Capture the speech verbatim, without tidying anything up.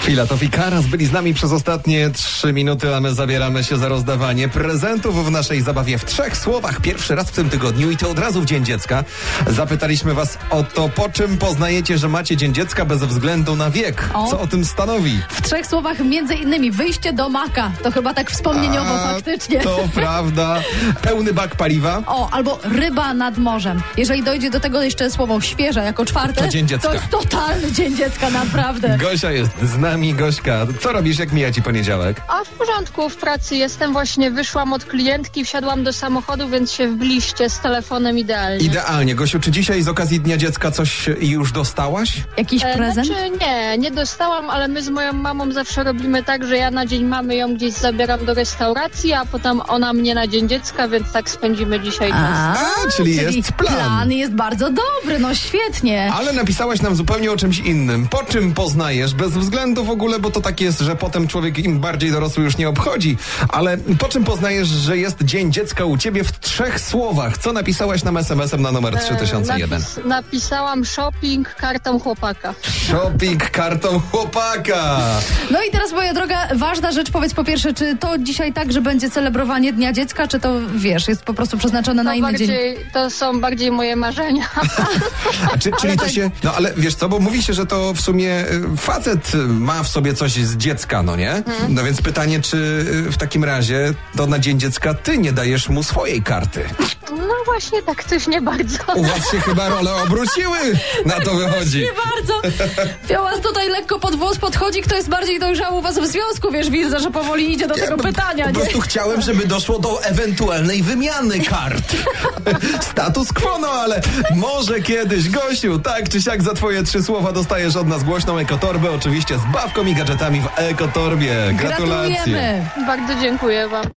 Filatow i Karas byli z nami przez ostatnie trzy minuty, a my zabieramy się za rozdawanie prezentów w naszej zabawie w trzech słowach. Pierwszy raz w tym tygodniu i to od razu w Dzień Dziecka. Zapytaliśmy was o to, po czym poznajecie, że macie Dzień Dziecka bez względu na wiek. O. Co o tym stanowi? W trzech słowach między innymi wyjście do maka. To chyba tak wspomnieniowo A, faktycznie. To prawda. Pełny bak paliwa. O, albo ryba nad morzem. Jeżeli dojdzie do tego jeszcze słowo świeża jako czwarte, To Dzień Dziecka. to jest totalny Dzień Dziecka, naprawdę. Gosia jest z nami. Gośka, co robisz, jak mija ci poniedziałek? A w porządku, w pracy jestem, właśnie wyszłam od klientki, wsiadłam do samochodu, więc się wbiliście z telefonem idealnie. Idealnie. Gosiu, czy dzisiaj z okazji Dnia Dziecka coś już dostałaś? Jakiś E, prezent? Znaczy nie, nie dostałam, ale my z moją mamą zawsze robimy tak, że ja na dzień mamy ją gdzieś zabieram do restauracji, a potem ona mnie na Dzień Dziecka, więc tak spędzimy dzisiaj czas. A, A, czyli jest plan. Plan jest bardzo dobry, no świetnie. Ale napisałaś nam zupełnie o czymś innym. Po czym poznajesz, bez względu w ogóle, bo to tak jest, że potem człowiek im bardziej dorosły już nie obchodzi. Ale po czym poznajesz, że jest Dzień Dziecka u ciebie w trzech słowach? Co napisałaś nam es em esem na numer trzy tysiące jeden? E, napis, napisałam shopping kartą chłopaka. Shopping kartą chłopaka. No i teraz, moja droga, ważna rzecz, powiedz po pierwsze, czy to dzisiaj tak, że będzie celebrowanie Dnia Dziecka, czy to, wiesz, jest po prostu przeznaczone na To, inny dzień? bardziej, to są bardziej moje marzenia. A czy, czyli to tak- się... No ale wiesz co, bo mówi się, że to w sumie y, facet ma w sobie coś z dziecka, no nie? Hmm. No więc pytanie, czy y, w takim razie to na Dzień Dziecka ty nie dajesz mu swojej karty? No właśnie tak coś nie bardzo. U was się chyba role obróciły, na to wychodzi. Nie bardzo. Fiołas tutaj lekko pod włos podchodzi, kto jest bardziej dojrzały u was w związku, wiesz, widzę, że powoli idzie do tego no, pytania, Po nie? prostu chciałem, żeby doszło do ewentualnej wymiany kart. Status quo, no ale może kiedyś. Gosiu, tak czy siak za twoje trzy słowa dostajesz od nas głośną ekotorbę, oczywiście z bawką i gadżetami w ekotorbie. Gratulacje. Gratulujemy. Bardzo dziękuję wam.